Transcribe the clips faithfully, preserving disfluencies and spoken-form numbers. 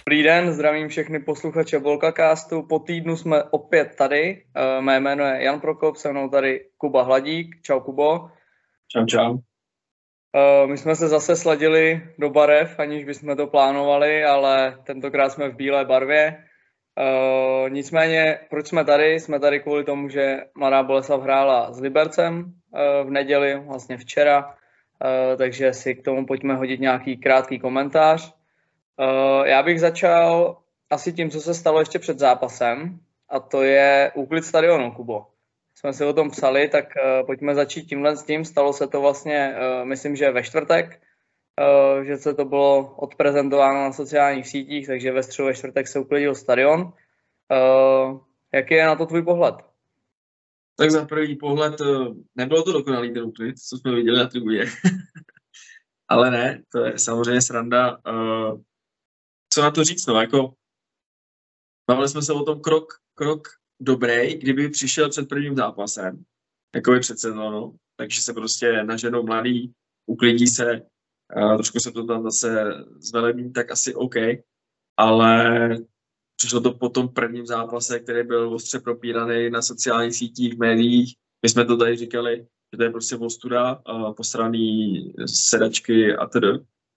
Dobrý den, zdravím všechny posluchače Volkacastu. Po týdnu jsme opět tady. Mé jméno je Jan Prokop, se mnou tady Kuba Hladík. Čau, Kubo. Čau, čau. My jsme se zase sladili do barev, aniž bychom to plánovali, ale tentokrát jsme v bílé barvě. Nicméně, proč jsme tady? Jsme tady kvůli tomu, že Mladá Boleslav hrála s Libercem v neděli, vlastně včera, takže si k tomu pojďme hodit nějaký krátký komentář. Uh, já bych začal asi tím, co se stalo ještě před zápasem, a to je úklid stadionu, Kubo. Jsme si o tom psali, tak uh, pojďme začít tímhle s tím. Stalo se to vlastně, uh, myslím, že ve čtvrtek, uh, že se to bylo odprezentováno na sociálních sítích, takže ve středu ve čtvrtek se uklidil stadion. Uh, jaký je na to tvůj pohled? Tak za první pohled nebylo to dokonalý ten úklid, co jsme viděli na tribuně. Ale ne, to je samozřejmě sranda. Uh, Co na to říct, no, jako bavili jsme se o tom krok, krok dobrý, kdyby přišel před prvním zápasem, jako je před sezónou, takže se prostě naženou mladý, uklidí se, uh, trošku se to tam zase zvelební, tak asi OK, ale přišlo to po tom prvním zápase, který byl ostře propíraný na sociálních sítích, v médiích. My jsme to tady říkali, že to je prostě ostuda, uh, posraný sedačky a tedy.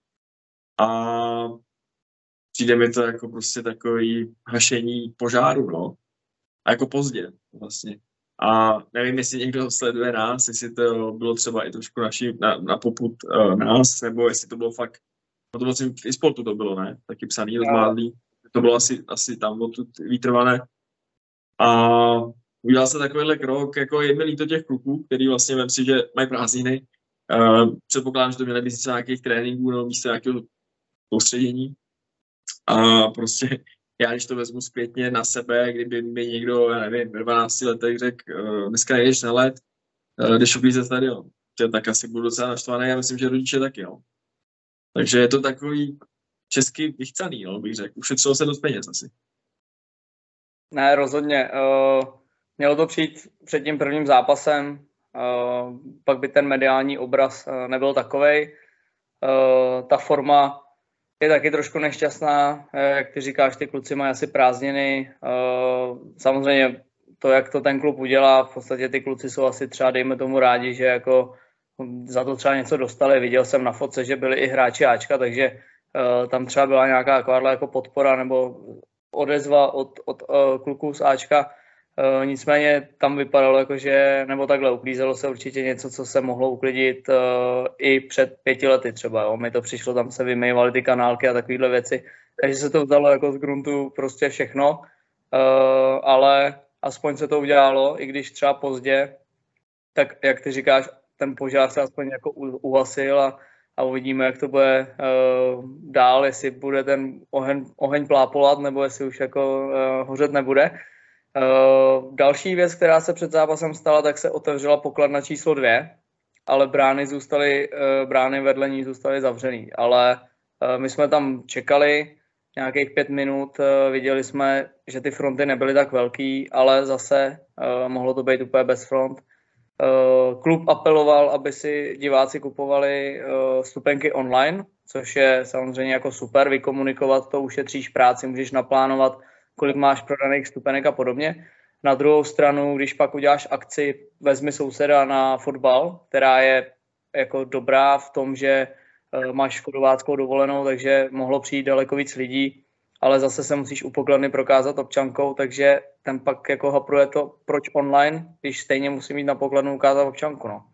A přijde mi to jako prostě takový hašení požáru, no. A jako pozdě vlastně. A nevím, jestli někdo sleduje nás, jestli to bylo třeba i trošku naši, na, na popud uh, nás, nebo jestli to bylo fakt, no to vlastně v e-sportu to bylo, ne? Taky psaný, rozmádlý. To bylo asi, asi tam odtud výtrvané. A udělal se takovýhle krok, jako je mi líto těch kluků, který vlastně vem si, že mají prázdniny. Uh, předpokládám, že to měly být sice nějakých tréninků, nebo místo nějakého soustředění. A prostě já, když to vezmu zpětně na sebe, kdyby mi někdo, já nevím, v dvanácti letech řekl, uh, dneska nejdeš na let, uh, jdeš uklízet stadion, tak asi budu docela naštvaný, já myslím, že rodiče taky, no. Takže je to takový česky vychcaný, no, bych řekl. Ušetřilo se dost peněz asi. Ne, rozhodně. Uh, mělo to přijít před tím prvním zápasem, uh, pak by ten mediální obraz uh, nebyl takovej. Uh, ta forma je taky trošku nešťastná, jak ty říkáš, ty kluci mají asi prázdniny. Samozřejmě to, jak to ten klub udělá, v podstatě ty kluci jsou asi třeba, dejme tomu, rádi, že jako za to třeba něco dostali. Viděl jsem na fotce, že byli i hráči Ačka, takže tam třeba byla nějaká taková jako podpora nebo odezva od, od kluků z Ačka. Uh, nicméně tam vypadalo jako, že, nebo takhle, uklízelo se určitě něco, co se mohlo uklidit uh, i před pěti lety třeba, jo. Mi to přišlo, tam se vymývaly ty kanálky a takovéhle věci, takže se to vzalo jako z gruntu prostě všechno, uh, ale aspoň se to udělalo, i když třeba pozdě, tak jak ty říkáš, ten požár se aspoň jako uhasil a, a uvidíme, jak to bude uh, dál, jestli bude ten oheň, oheň plápolat, nebo jestli už jako uh, hořet nebude. Uh, další věc, která se před zápasem stala, tak se otevřela pokladna číslo dvě, ale brány zůstaly, uh, brány vedle ní zůstaly zavřený. Ale uh, my jsme tam čekali nějakých pět minut, uh, viděli jsme, že ty fronty nebyly tak velký, ale zase uh, mohlo to být úplně bez front. Uh, klub apeloval, aby si diváci kupovali uh, vstupenky online, což je samozřejmě jako super, vykomunikovat to, ušetříš práci, můžeš naplánovat, kolik máš prodaných vstupenek a podobně. Na druhou stranu, když pak uděláš akci Vezmi souseda na fotbal, která je jako dobrá v tom, že uh, máš škodováckou dovolenou, takže mohlo přijít daleko víc lidí, ale zase se musíš u pokladny prokázat občankou, takže ten pak jako hapruje to, proč online, když stejně musí mít na pokladnu ukázat občanku, no.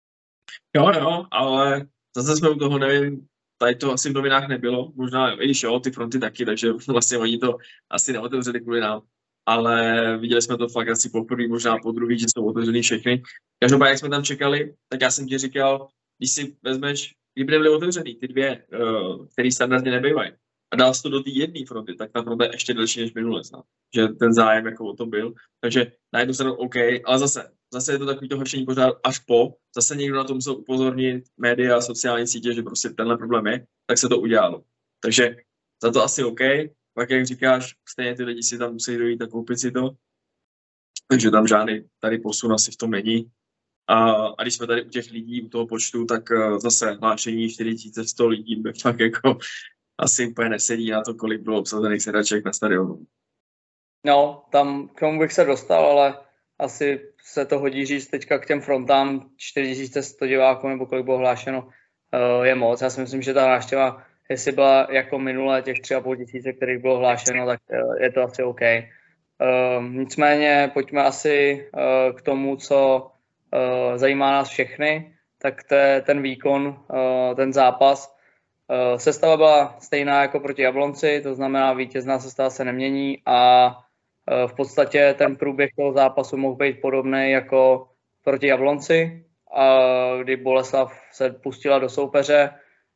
Jo, jo, ale zase jsme u toho, nevím, tady to asi v novinách nebylo, možná, i když jo, ty fronty taky, takže vlastně oni to asi neotevřeli kvůli nám, ale viděli jsme to fakt asi poprvé, možná po druhý, že jsou otevřený všechny. Každopádně, jak jsme tam čekali, tak já jsem ti říkal, když si vezmeš, kdyby nebyly otevřený ty dvě, uh, které standardně nebývají, a dal jsi to do té jedné fronty, tak ta fronta je ještě delší než minule, znám. Že ten zájem jako o to byl. Takže na jednu stranu OK, ale zase, zase je to takový to hošení pořád až po, zase někdo na to musel upozornit, média, sociální sítě, že prostě tenhle problém je, tak se to udělalo. Takže za to asi OK, pak jak říkáš, stejně ty lidi si tam musí dojít a koupit si to, takže tam žádný tady posun asi v tom není. A, a když jsme tady u těch lidí, u toho počtu, tak uh, zase hlášení čtyři tisíce sto lidí, fakt jako asi úplně nesedí na to, kolik bylo obsazených sedaček na stadionu. No, tam k tomu bych se dostal, ale asi se to hodí říct teďka k těm frontám čtyři tisíce sto diváků, nebo kolik bylo hlášeno, je moc. Já si myslím, že ta návštěva, jestli byla jako minulé těch tři a půl tisíce, kterých bylo hlášeno, tak je to asi OK. Nicméně pojďme asi k tomu, co zajímá nás všechny, tak to je ten výkon, ten zápas. Sestava byla stejná jako proti Jablonci, to znamená vítězná sestava se nemění a v podstatě ten průběh toho zápasu mohl být podobný jako proti Jablonci, kdy Boleslav se pustila do soupeře.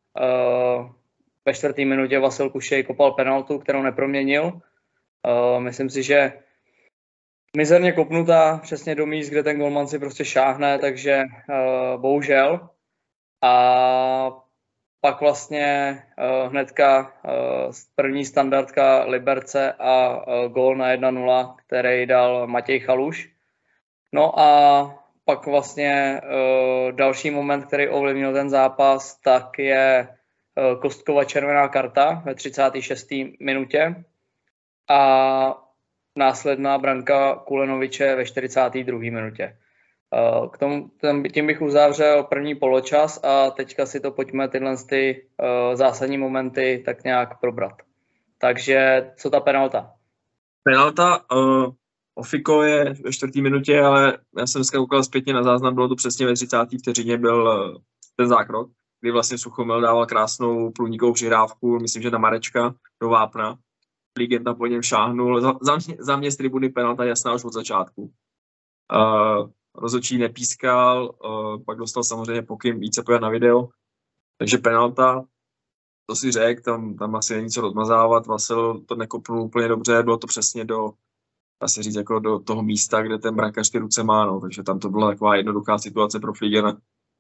Ve čtvrté minutě Vasil Kušej kopal penaltu, kterou neproměnil. Myslím si, že mizerně kopnutá přesně do míst, kde ten golman si prostě šáhne, takže bohužel. A pak vlastně uh, hnedka uh, první standardka Liberce a uh, gól na jedna nula, který dal Matěj Chaluš. No a pak vlastně uh, další moment, který ovlivnil ten zápas, tak je uh, Kostkova červená karta ve třicáté šesté minutě a následná branka Kulenoviče ve čtyřicáté druhé minutě. K tomu, tím bych uzavřel první poločas a teďka si to pojďme tyhle ty, uh, zásadní momenty tak nějak probrat. Takže co ta penalta? Penalta uh, Ofiko je ve čtvrtý minutě, ale já jsem dneska koukal zpětně na záznam, bylo to přesně ve třicáté vteřině byl uh, ten zákrok, kdy vlastně Suchomil dával krásnou průnikovou přihrávku, myslím, že na Marečka do vápna. Ligent tam po něm šáhnul. Za, za, mě, za mě z tribuny penalta jasná už od začátku. Uh, Rozhodčí nepískal, uh, pak dostal samozřejmě pokyn více pojat na video, takže penalta, to si řekl, tam, tam asi není co rozmazávat, Vasil to nekopnul úplně dobře, bylo to přesně do, asi říct, jako do toho místa, kde ten brankář ty ruce má, no, takže tam to byla taková jednoduchá situace pro Fligena.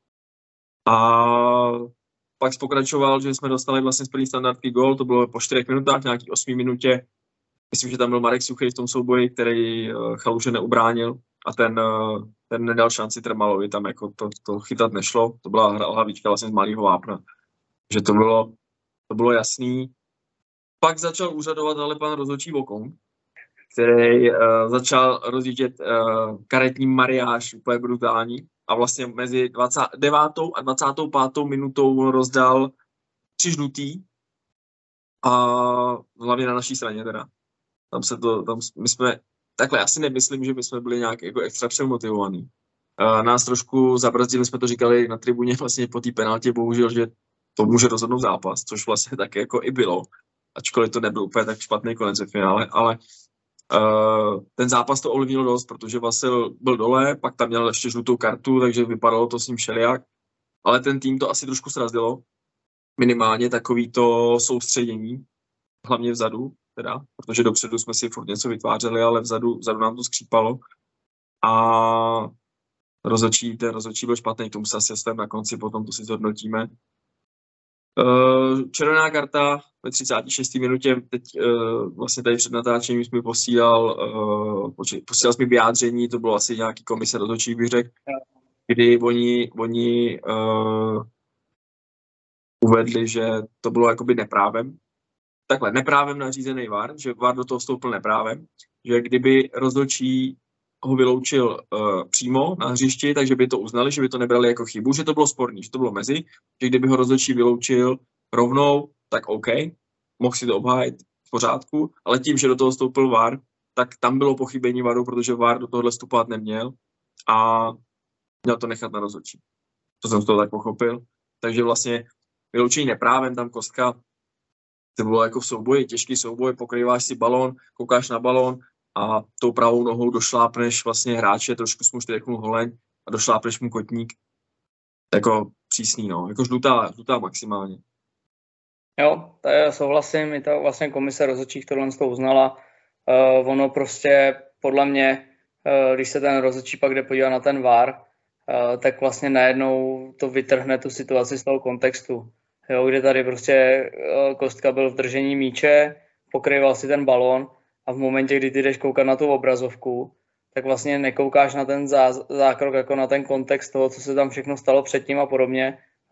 A pak pokračoval, že jsme dostali vlastně z první standardky gól, to bylo po čtyřech minutách, nějaký osmý minutě, myslím, že tam byl Marek Suchej v tom souboji, který uh, Chaluše neubránil a ten uh, ten nedal šanci Trmalovi, tam jako to, to chytat nešlo, to byla hlavička vlastně z malého vápna, že to bylo, to bylo jasný. Pak začal úřadovat ale pan rozhodčí Vokong, který uh, začal rozjíždět uh, karetní mariáž, úplně brutální, a vlastně mezi dvacátou devátou a dvacátou pátou minutou rozdal tři žlutý, a hlavně na naší straně teda. Tam se to, tam my jsme, takhle, já si nemyslím, že my jsme byli nějak jako extra přemotivovaní. Uh, nás trošku zabrzdili, jsme to říkali na tribuně vlastně po té penaltě, bohužel, že to může rozhodnout zápas, což vlastně tak jako i bylo, ačkoliv to nebyl úplně tak špatný konec ve finále, ale uh, ten zápas to ovlivnil dost, protože Vasil byl dole, pak tam měl ještě žlutou kartu, takže vypadalo to s ním všelijak, ale ten tým to asi trošku srazilo, minimálně takový to soustředění, hlavně vzadu, teda, protože dopředu jsme si furt něco vytvářeli, ale vzadu, vzadu nám to skřípalo. A rozhodčí, ten rozhodčí byl špatný, k tomu se asi dostaneme na konci, potom to si zhodnotíme. Červená karta ve třicáté šesté minutě, teď vlastně tady před natáčením jsme posílal, posílal jsme vyjádření, to bylo asi nějaký komise rozhodčí, bych řekl, kdy oni, oni uh, uvedli, že to bylo jakoby neprávem, takhle, neprávem nařízený V A R, že V A R do toho vstoupil neprávem, že kdyby rozhodčí ho vyloučil uh, přímo na hřišti, takže by to uznali, že by to nebrali jako chybu, že to bylo sporný, že to bylo mezi, že kdyby ho rozhodčí vyloučil rovnou, tak OK, mohl si to obhájit v pořádku, ale tím, že do toho vstoupil V A R, tak tam bylo pochybení V A R, protože V A R do tohohle vstupovat neměl a měl to nechat na rozhodčí. To jsem z toho tak pochopil. Takže vlastně vyloučení neprávem, tam Kostka, to bylo jako v souboji, těžký souboj, pokrýváš si balón, koukáš na balón a tou pravou nohou došlápneš vlastně hráče, trošku jsme už trefnul holeň a došlápneš mu kotník. Jako přísný, no, jako žlutá, žlutá maximálně. Jo, to je, souhlasím, i ta vlastně komise rozhodčích tohle to uznala. Uh, ono prostě podle mě, uh, když se ten rozhodčí pak jde podívat na ten V A R, uh, tak vlastně najednou to vytrhne tu situaci z toho kontextu. Jo, kde tady prostě uh, Kostka byl v držení míče, pokrýval si ten balón a v momentě, kdy ty jdeš koukat na tu obrazovku, tak vlastně nekoukáš na ten zá, zákrok jako na ten kontext toho, co se tam všechno stalo předtím a podobně.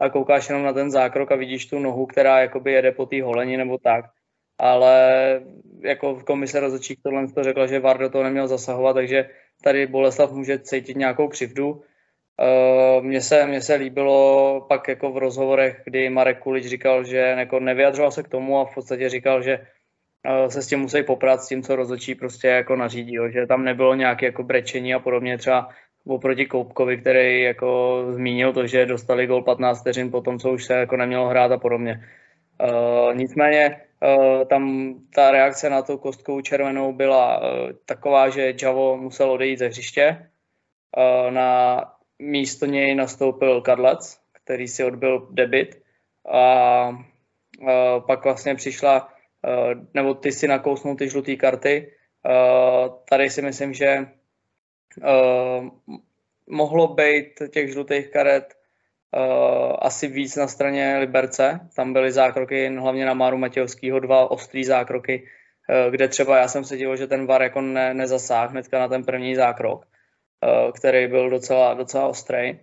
a koukáš jenom na ten zákrok a vidíš tu nohu, která jakoby jede po té holeni nebo tak. Ale jako komise rozhodčích tohle to řekla, že V A R do toho neměl zasahovat, takže tady Boleslav může cítit nějakou křivdu. Mně se, mně se líbilo pak jako v rozhovorech, kdy Marek Kulič říkal, že jako nevyjadřoval se k tomu a v podstatě říkal, že se s tím musí poprat s tím, co rozhodčí prostě jako nařídí, jo, že tam nebylo nějaké jako brečení a podobně, třeba oproti Koupkovi, který jako zmínil to, že dostali gól patnáct vteřin po tom, co už se jako nemělo hrát a podobně. Uh, nicméně uh, tam ta reakce na tu kostkou červenou byla uh, taková, že Javo musel odejít ze hřiště. Uh, na místo něj nastoupil Kadlec, který si odbyl debit a uh, pak vlastně přišla, uh, nebo ty si nakousnul ty žluté karty. Uh, tady si myslím, že uh, mohlo být těch žlutých karet uh, asi víc na straně Liberce. Tam byly zákroky hlavně na Máru Matějovskýho, dva ostrý zákroky, uh, kde třeba já jsem se díval, že ten V A R jako ne, nezasáhl hnedka na ten první zákrok, který byl docela, docela ostrý.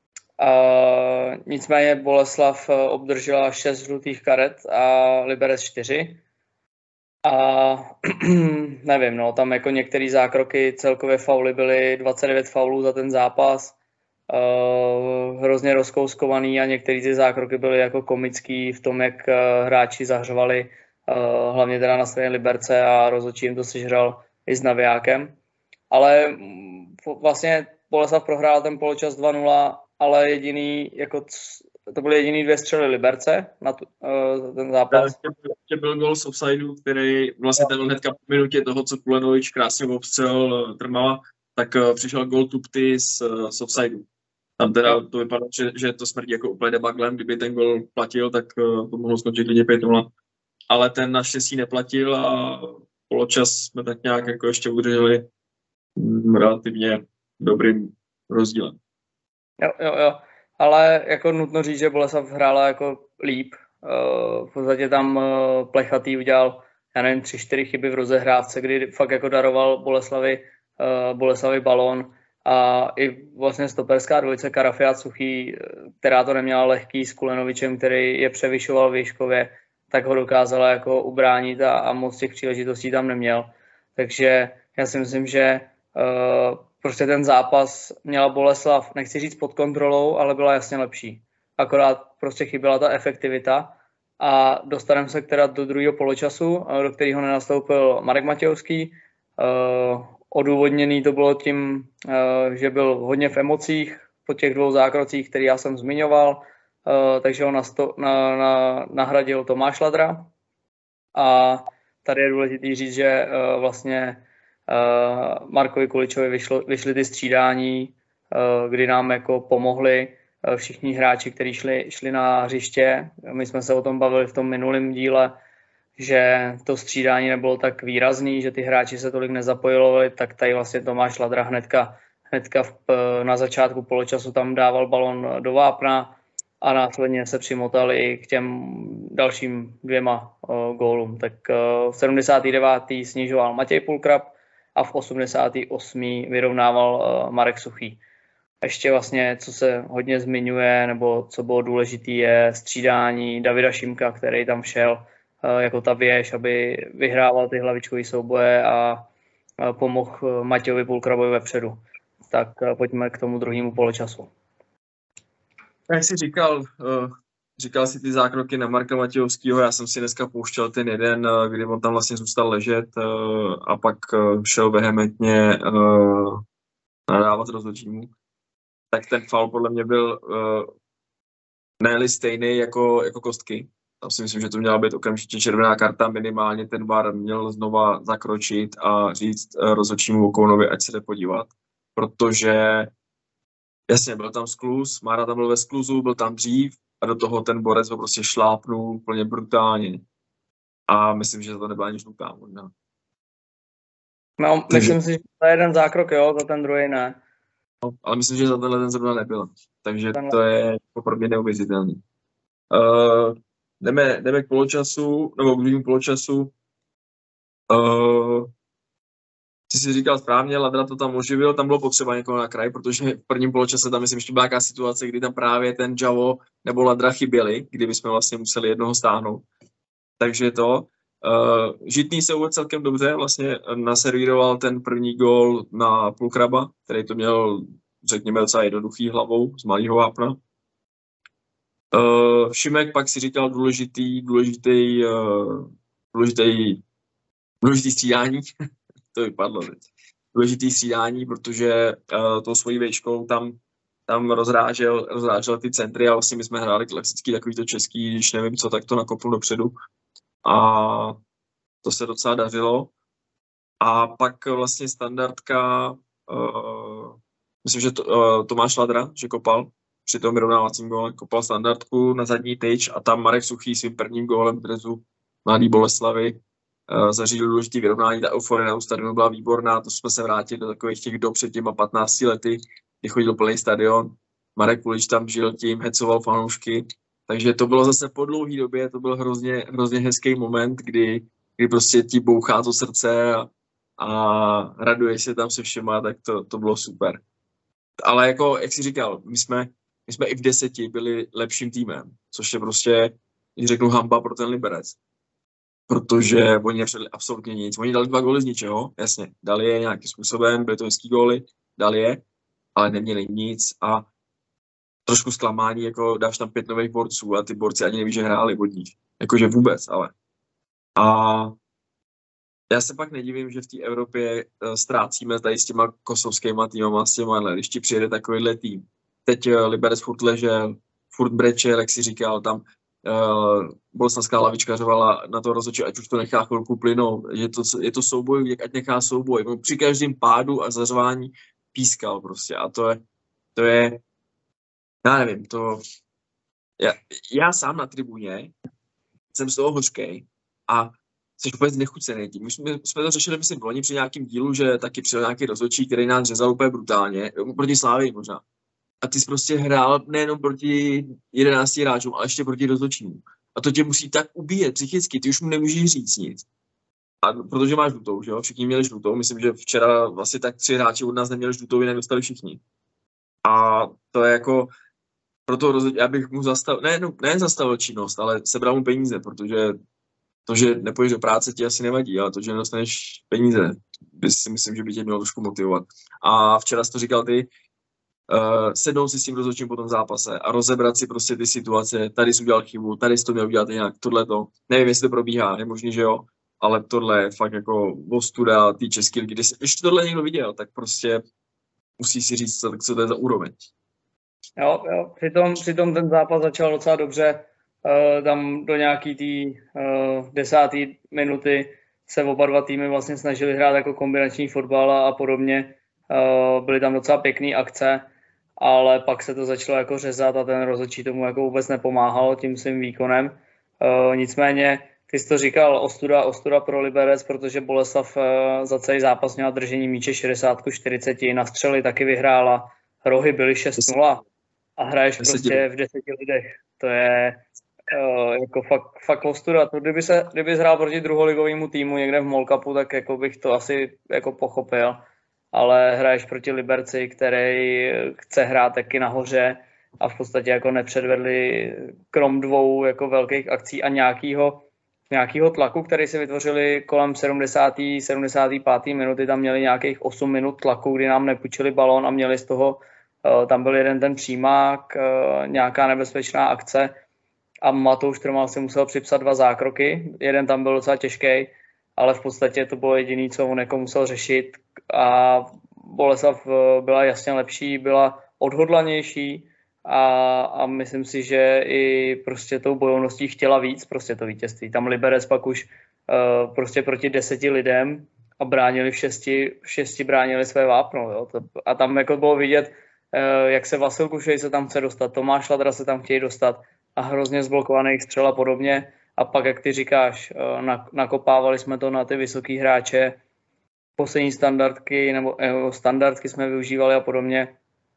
Uh, nicméně Boleslav obdržela šest žlutých karet a Liberec čtyři. A nevím, no, tam jako některé zákroky, celkově fauly byly dvacet devět faulů za ten zápas. Uh, hrozně rozkouskovaný a některé ty zákroky byly jako komický v tom, jak uh, hráči zahřovali, uh, hlavně teda na straně Liberce a rozhodčí jim to sežral i s navijákem. Ale vlastně Boleslav prohrál ten poločas dva nula, ale jediný, jako to byly jediný dvě střely Liberce na tu, uh, ten zápas. Ještě byl gol z offsideu, který vlastně ten hnedka po minutě toho, co Kulenovič krásně obstřel Trmala, tak uh, přišel gol Tupty z, uh, z offsideu. Tam teda to vypadá, že, že to smrdí jako úplně debaglem, kdyby ten gol platil, tak uh, to mohlo skončit klidně pět nula. Ale ten naštěstí neplatil a poločas jsme tak nějak jako ještě udrželi relativně dobrým rozdílem. Jo, jo, jo. Ale jako nutno říct, že Boleslav hrála jako líp. V podstatě tam Plechatý udělal, já nevím, tři, čtyři chyby v rozehrávce, kdy fakt jako daroval Boleslavi, Boleslavi balón a i vlastně stoperská dvojice Karafiát Suchý, která to neměla lehký s Kulenovičem, který je převyšoval výškově, tak ho dokázala jako ubránit a, a moc těch příležitostí tam neměl. Takže já si myslím, že Uh, prostě ten zápas měla Boleslav, nechci říct pod kontrolou, ale byla jasně lepší. Akorát prostě chyběla ta efektivita a dostaneme se teda do druhého poločasu, do kterého nenastoupil Marek Matějovský. Uh, odůvodněný to bylo tím, uh, že byl hodně v emocích po těch dvou zákrocích, které já jsem zmiňoval, uh, takže ho nasto- na, na, nahradil Tomáš Ladra. A tady je důležité říct, že uh, vlastně Uh, Markovi Kuličovi vyšlo, vyšly ty střídání, uh, kdy nám jako pomohli uh, všichni hráči, kteří šli, šli na hřiště. My jsme se o tom bavili v tom minulém díle, že to střídání nebylo tak výrazný, že ty hráči se tolik nezapojovali, tak tady vlastně Tomáš Ladra hnedka, hnedka v, na začátku poločasu tam dával balon do vápna a následně se přimotal i k těm dalším dvěma uh, gólům. Tak uh, v sedmdesátém devátém snižoval Matěj Pulkrab a v osmdesátém osmém vyrovnával uh, Marek Suchý. Ještě vlastně, co se hodně zmiňuje, nebo co bylo důležité, je střídání Davida Šimka, který tam šel uh, jako ta věž, aby vyhrával ty hlavičkové souboje a uh, pomohl Matějovi Pulkrabovi vepředu. Tak uh, pojďme k tomu druhému poločasu. Jak jsi říkal, uh, říkal si ty zákroky na Marka Matějovského, já jsem si dneska pouštěl ten jeden, uh, kdy on tam vlastně zůstal ležet uh, a pak uh, šel vehementně uh, nadávat rozhodčímu. Tak ten faul podle mě byl uh, ne-li stejný jako, jako kostky. Tam si myslím, že to měla být okamžitě červená karta, minimálně ten V A R měl znova zakročit a říct uh, rozhodčímu Vokounovi, ať se jde podívat, protože jasně, byl tam skluz, Mára tam byl ve skluzu, byl tam dřív a do toho ten borec ho prostě šlápnul úplně brutálně. A myslím, že to nebyla ani žlutá možná. No, myslím Takže... si, že to je jeden zákrok, jo, za ten druhý ne. No, ale myslím, že za tenhle ten zrovna nebyl. Takže tenhle... to je pro mě neuvěřitelný. Uh, jdeme, jdeme k poločasu, nebo k druhému poločasu. Uh, ty jsi říkal správně, Ladra to tam oživil, tam bylo potřeba někoho na kraj, protože v prvním poločase tam myslím, ještě byla nějaká situace, kdy tam právě ten Javo nebo Ladra chyběli, kdy bychom vlastně museli jednoho stáhnout. Takže to. Uh, Žitný se uvedl celkem dobře, vlastně naservíroval ten první gól na Pulkraba, který to měl, řekněme, docela jednoduchý hlavou z malého vápna. Uh, Šimek pak si říkal důležitý, důležitý, uh, důležitý, důležitý střídání, to vypadlo teď, důležitý střídání, protože uh, tou svojí vejškou tam, tam rozrážel, rozrážel ty centry a vlastně my jsme hráli klasický takový to český, když nevím co, tak to nakopnu dopředu. A to se docela dařilo. A pak vlastně standardka, uh, myslím, že to, uh, Tomáš Ladra, že kopal při tom vyrovnávacím gólem, kopal standardku na zadní tyč a tam Marek Suchý svým prvním gólem v drezu Mladý Boleslavy uh, zařídil důležitý vyrovnání. Ta euforie na stadionu byla výborná, to jsme se vrátili do takových těch dob před těma patnácti lety, kdy chodil plný stadion. Marek Kulič tam žil tím, hecoval fanoušky. Takže to bylo zase po dlouhé době, to byl hrozně, hrozně hezký moment, kdy, kdy prostě ti bouchá to srdce a, a raduješ se tam se všema, tak to, to bylo super. Ale jako, jak jsi říkal, my jsme, my jsme i v deseti byli lepším týmem, což je prostě, když řeknu, hamba pro ten Liberec. Protože oni nepředali absolutně nic. Oni dali dva góly z ničeho, jasně, dali je nějakým způsobem, byly to hezký góly, dali je, ale neměli nic a trošku zklamání, jako dáš tam pět nových borců a ty borci ani neví, že hráli od nich. Jakože vůbec, ale. A já se pak nedivím, že v té Evropě uh, ztrácíme tady s těma kosovskýma týmama, s těma, když ti přijede takovýhle tým. Teď uh, Liberec furt ležel, furt brečel, jak si říkal, tam uh, boleslavská lavička řovala na to rozhodčí, ať už to nechá chvilku plynout. Je to, je to souboj, ať nechá souboj. Při každém pádu a zařvání pískal prostě a to je, to je já nevím, to... Já, já sám na tribuně jsem z toho hořkej a jsem úplně znechucený tím. My jsme, jsme to řešili, myslím, v loni při nějakým dílu, že taky přijel nějaký rozhodčí, který nás řezal úplně brutálně, proti Slávii možná. A ty jsi prostě hrál nejenom proti jedenácti hráčům, ale ještě proti rozhodčímu. A to tě musí tak ubíjet psychicky, ty už mu nemůžeš říct nic. A protože máš žlutou, že jo? Všichni měli žlutou, myslím, že včera vlastně tak tři hráči od nás neměli žlutou, jinak dostali všichni. A to je jako... Proto rozhodně, já bych mu zastavil, ne, no, ne zastavil činnost, ale sebral mu peníze, protože to, že nepůjdeš do práce, ti asi nevadí, ale to, že nedostaneš peníze, by si myslím, že by tě mělo trošku motivovat. A včera jsi to říkal ty, uh, sednout si s tím rozhodčím po tom zápase a rozebrat si prostě ty situace, tady jsi udělal chybu, tady jsi to měl udělat jinak, tohle to, nevím, jestli to probíhá, je možný, že jo, ale tohle je fakt jako ostuda té české ligy. Když tohle někdo viděl, tak prostě musí si říct, co, co to je za úroveň. Jo, jo. Přitom, přitom ten zápas začal docela dobře. Uh, tam do nějaký té uh, desáté minuty se oba dva týmy vlastně snažili hrát jako kombinační fotbal a, a podobně. Uh, byly tam docela pěkný akce, ale pak se to začalo jako řezat a ten rozhodčí tomu jako vůbec nepomáhal tím svým výkonem. Uh, nicméně, ty jsi to říkal, ostuda, ostuda pro Liberec, protože Boleslav uh, za celý zápas měla držení míče šedesát čtyřicet, na střely taky vyhrála, rohy byly šest nula. A hraješ prostě v deseti lidech. To je uh, jako fakt, fakt ostuda. To, kdyby se, kdyby hrál proti druholigovému týmu někde v Mall Cupu, tak jako bych to asi jako pochopil. Ale hraješ proti Liberci, který chce hrát taky nahoře a v podstatě jako nepředvedli krom dvou jako velkých akcí a nějakýho, nějakýho tlaku, který si vytvořili kolem sedmdesáté sedmdesáté páté minuty. Tam měli nějakých osm minut tlaku, kdy nám nepůjčili balón a měli z toho tam byl jeden ten přímák, nějaká nebezpečná akce a Matouš Trmal si musel připsat dva zákroky. Jeden tam byl docela těžký, ale v podstatě to bylo jediné, co on jako musel řešit. A Boleslav byla jasně lepší, byla odhodlanější a, a myslím si, že i prostě tou bojovností chtěla víc prostě to vítězství. Tam Liberec pak už uh, prostě proti deseti lidem a bránili v šesti, v šesti bránili své vápno. Jo. A tam jako bylo vidět, jak se Vasil Kušej se tam chce dostat, Tomáš Ladra se tam chtějí dostat a hrozně zblokovaných střel a podobně. A pak, jak ty říkáš, nakopávali jsme to na ty vysoký hráče, poslední standardky nebo standardky jsme využívali a podobně.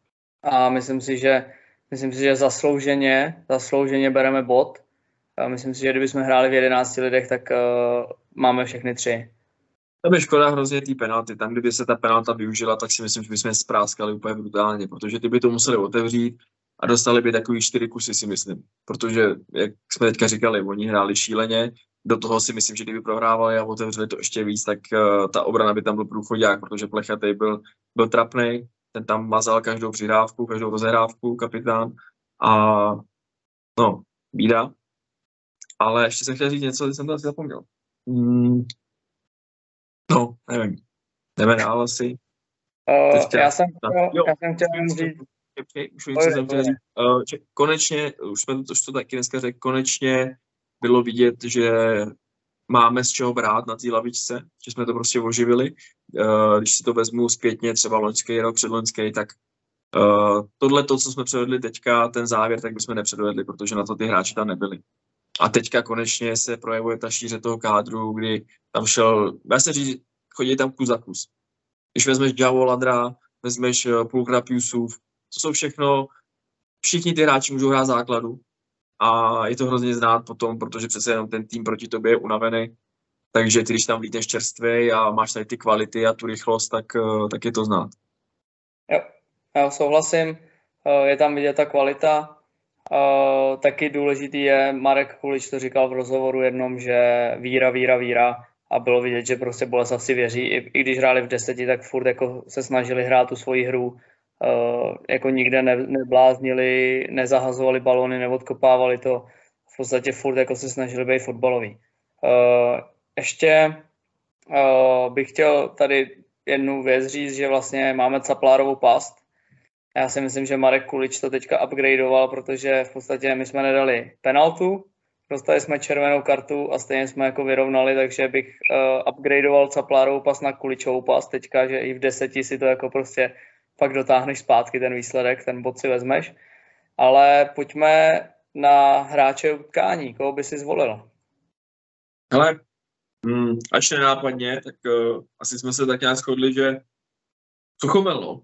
A myslím si, že, myslím si, že zaslouženě, zaslouženě bereme bod. A myslím si, že kdybychom hráli v jedenácti lidech, tak uh, máme všechny tři. Tam je škoda hrozně té penalty. Tam, kdyby se ta penalta využila, tak si myslím, že bychom spráskali úplně brutálně, protože ty by to museli otevřít a dostali by takový čtyři kusy, si myslím. Protože, jak jsme teďka říkali, oni hráli šíleně, do toho si myslím, že kdyby prohrávali a otevřeli to ještě víc, tak uh, ta obrana by tam byl průchodák, protože Plechatej byl, byl trapnej, ten tam mazal každou přihrávku, každou rozehrávku, kapitán a no, bída. Ale ještě jsem chtěl říct něco, co jsem to asi zapomněl. Hmm. No, nevím. Jdeme dál asi. Uh, Teďka, já jsem tak, chtěl, jo, já jsem chtěl jen říct, už vím, co jsem chtěl říct. Uh, že konečně, už jsme to, už to taky dneska řekl, konečně bylo vidět, že máme z čeho brát na té lavičce, že jsme to prostě oživili. Uh, když si to vezmu zpětně, třeba loňský rok, předloňský, tak uh, tohle to, co jsme předvedli teďka, ten závěr, tak bychom nepředvedli, protože na to ty hráči tam nebyli. A teďka konečně se projevuje ta šíře toho kádru, kdy tam šel, dá se říct, chodí tam kus za kus. Když vezmeš Javo Ladra, vezmeš Pulkrab Jusuf, to jsou všechno, všichni ty hráči můžou hrát základu a je to hrozně znát potom, protože přece jenom ten tým proti tobě je unavený, takže ty, když tam vlítneš čerstvej a máš tady ty kvality a tu rychlost, tak, tak je to znát. Jo, já souhlasím, je tam vidět ta kvalita. Uh, taky důležitý je, Marek Kulič to říkal v rozhovoru jednom, že víra, víra, víra a bylo vidět, že prostě Boleslav si věří, I, i když hráli v deseti, tak furt jako se snažili hrát tu svoji hru, uh, jako nikde ne, nebláznili, nezahazovali balony, neodkopávali to, v podstatě furt jako se snažili být fotbalový. Uh, ještě uh, bych chtěl tady jednu věc říct, že vlastně máme Caplárovou past. Já si myslím, že Marek Kulič to teďka upgradeoval, protože v podstatě my jsme nedali penaltu, dostali jsme červenou kartu a stejně jsme jako vyrovnali, takže bych uh, upgradeoval Caplárovou pas na Kuličovou pas teďka, že i v deseti si to jako prostě pak dotáhneš zpátky ten výsledek, ten bod si vezmeš. Ale pojďme na hráče utkání, koho by si zvolil? Hele, mm, až nenápadně, tak uh, asi jsme se tak nějak shodli, že Suchomel, no.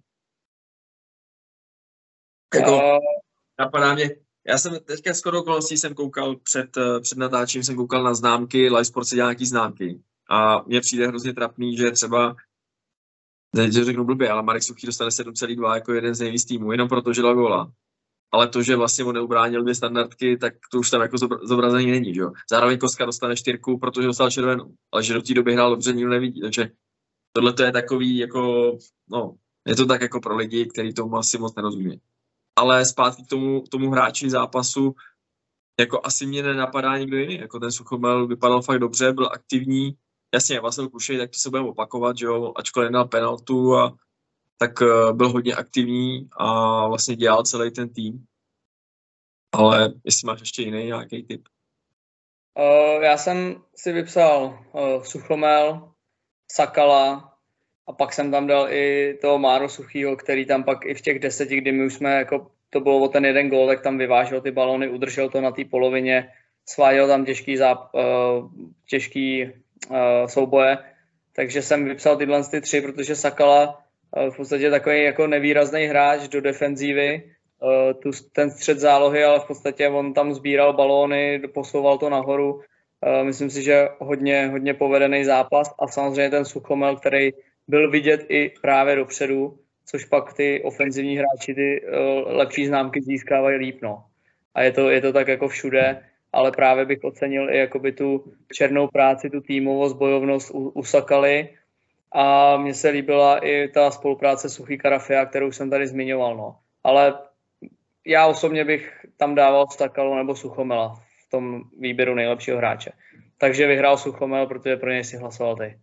Jako, uh, napadá mě, já jsem teďka skoro okolností jsem koukal před, před natáčím, jsem koukal na známky, Live Sport se dělá nějaký známky a mně přijde hrozně trapný, že třeba, teď řeknu blbě, ale Marek Suchý dostane sedm celá dva jako jeden z nejvíc týmů, jenom proto, že dal góla. Ale to, že vlastně on neubránil dvě standardky, tak to už tam jako zobrazený není, že jo. Zároveň Koska dostane čtyřku, protože dostal červenou, ale že do té doby hrál dobře, nikdo nevidí, takže tohle to je takový jako, no, je to tak jako pro lidi, kteří tomu asi moc nerozumí. Ale zpátky k tomu, tomu hráči zápasu, jako asi mě nenapadá nikdo jiný, jako ten Suchomel vypadal fakt dobře, byl aktivní, jasně, Vasil Kušej, tak to se budeme opakovat, že jo, ačkoliv nedal penaltu, a tak uh, byl hodně aktivní a vlastně dělal celý ten tým. Ale jestli máš ještě jiný nějaký tip? Uh, já jsem si vypsal uh, Suchomel, Sakala a pak jsem tam dal i toho Máro Suchýho, který tam pak i v těch deseti, kdy my už jsme jako to bylo o ten jeden gól, tak tam vyvážel ty balony, udržel to na té polovině, sváděl tam těžký, záp, uh, těžký uh, souboje, takže jsem vypsal tyhle ty tři, protože Sakala uh, v podstatě takový jako nevýrazný hráč do defenzívy, uh, tu, ten střed zálohy, ale v podstatě on tam sbíral balóny, posouval to nahoru, uh, myslím si, že hodně, hodně povedený zápas a samozřejmě ten Suchomel, který byl vidět i právě dopředu, což pak ty ofenzivní hráči ty uh, lepší známky získávají líp, no. A je to, je to tak jako všude, ale právě bych ocenil i jakoby tu černou práci, tu týmovost, bojovnost u, u Sakaly a mně se líbila i ta spolupráce Suchý Karafia, kterou jsem tady zmiňoval, no. Ale já osobně bych tam dával Sakalu nebo Suchomela v tom výběru nejlepšího hráče. Takže vyhrál Suchomel, protože pro něj si hlasoval ty.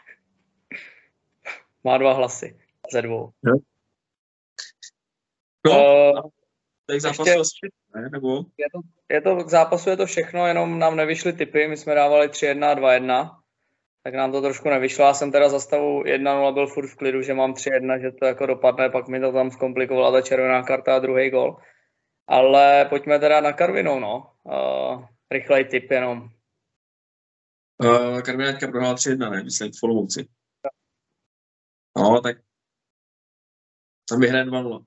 Má dva hlasy ze dvou. No, uh, tak zápasu ještě, ne? Nebo? Je to, je to, k zápasu je to všechno, jenom nám nevyšly tipy, my jsme dávali tři jedna a dva jedna, tak nám to trošku nevyšlo. Já jsem teda za stavu jedna nula byl furt v klidu, že mám tři jedna, že to jako dopadne, pak mi to tam zkomplikovala ta červená karta a druhý gol. Ale pojďme teda na Karvinou, no. Uh, rychlej tip jenom. Uh, Karvinátka prohrála tři jedna, ne? Myslím, v Olomouci. No, tak tam vyhraje dva nula.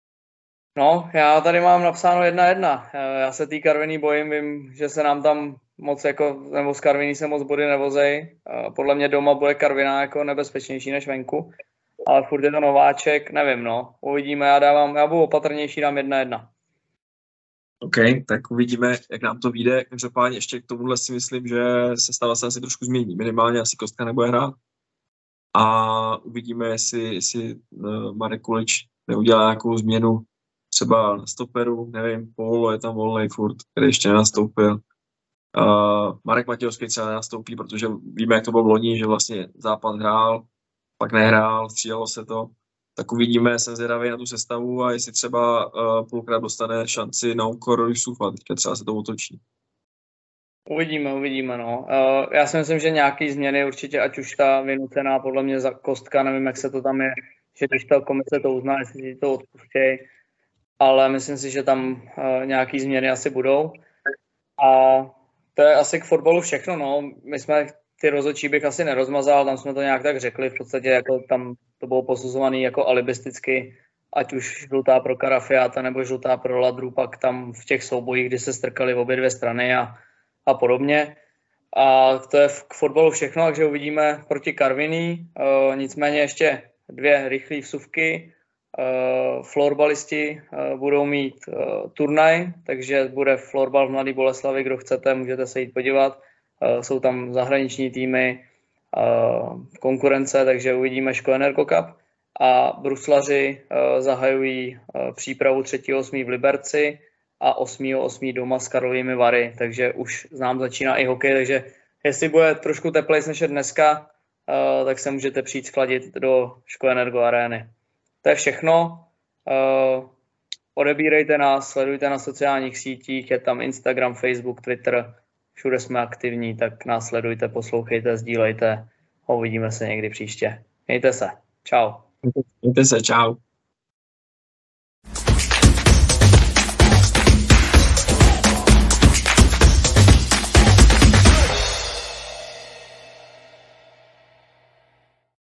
No, já tady mám napsáno jedna jedna. Já se té Karviný bojím, vím, že se nám tam moc jako, nebo z Karviní se moc body nevozej. Podle mě doma bude Karviná jako nebezpečnější než venku, ale furt je to nováček, nevím, no. Uvidíme, já dávám, já budu opatrnější, dám jedna jedna. OK, tak uvidíme, jak nám to vyjde. Každopádně ještě k tomuhle si myslím, že se stala se asi trošku změní. Minimálně asi Kostka nebude hrát. A uvidíme, jestli, jestli Marek Kulič neudělá nějakou změnu třeba na stoperu, nevím, Paulo je tam volnej furt, který ještě nenastoupil. Uh, Marek Matějovský třeba nenastoupí, protože víme, jak to bylo v loni, že vlastně Západ hrál, pak nehrál, střídalo se to. Tak uvidíme, jsem zvědavý na tu sestavu a jestli třeba uh, půlkrát dostane šanci na úkor Yusufa, teďka třeba se to otočí. Uvidíme, uvidíme, no. Uh, já si myslím, že nějaký změny určitě, ať už ta vynucená, podle mě za Kostka, nevím, jak se to tam je, že když ta komise to uzná, jestli si to odpustějí, ale myslím si, že tam uh, nějaký změny asi budou. A to je asi k fotbalu všechno, no. My jsme ty rozhodčí bych asi nerozmazal, tam jsme to nějak tak řekli, v podstatě jako tam to bylo posuzované jako alibisticky, ať už žlutá pro Karafiáta nebo žlutá pro Ladru, pak tam v těch soubojích, kdy se strkali v obě dvě strany a, a podobně. A to je k fotbalu všechno, takže uvidíme proti Karviní. E, nicméně ještě dvě rychlé vsuvky. Uh, florbalisti uh, budou mít uh, turnaj, takže bude florbal v Mladé Boleslavi, kdo chcete, můžete se jít podívat. Uh, jsou tam zahraniční týmy, uh, konkurence, takže uvidíme Ško Energo Cup. A bruslaři uh, zahajují uh, přípravu třetího osmého v Liberci a osmého osmého doma s Karlovými Vary, takže už znám začíná i hokej, takže jestli bude trošku teplejší než je dneska, uh, tak se můžete přijít schladit do Ško Energo arény. To je všechno. Uh, odebírejte nás, sledujte na sociálních sítích, je tam Instagram, Facebook, Twitter, všude jsme aktivní, tak nás sledujte, poslouchejte, sdílejte. Uvidíme se někdy příště. Mějte se. Čau. Mějte se, čau.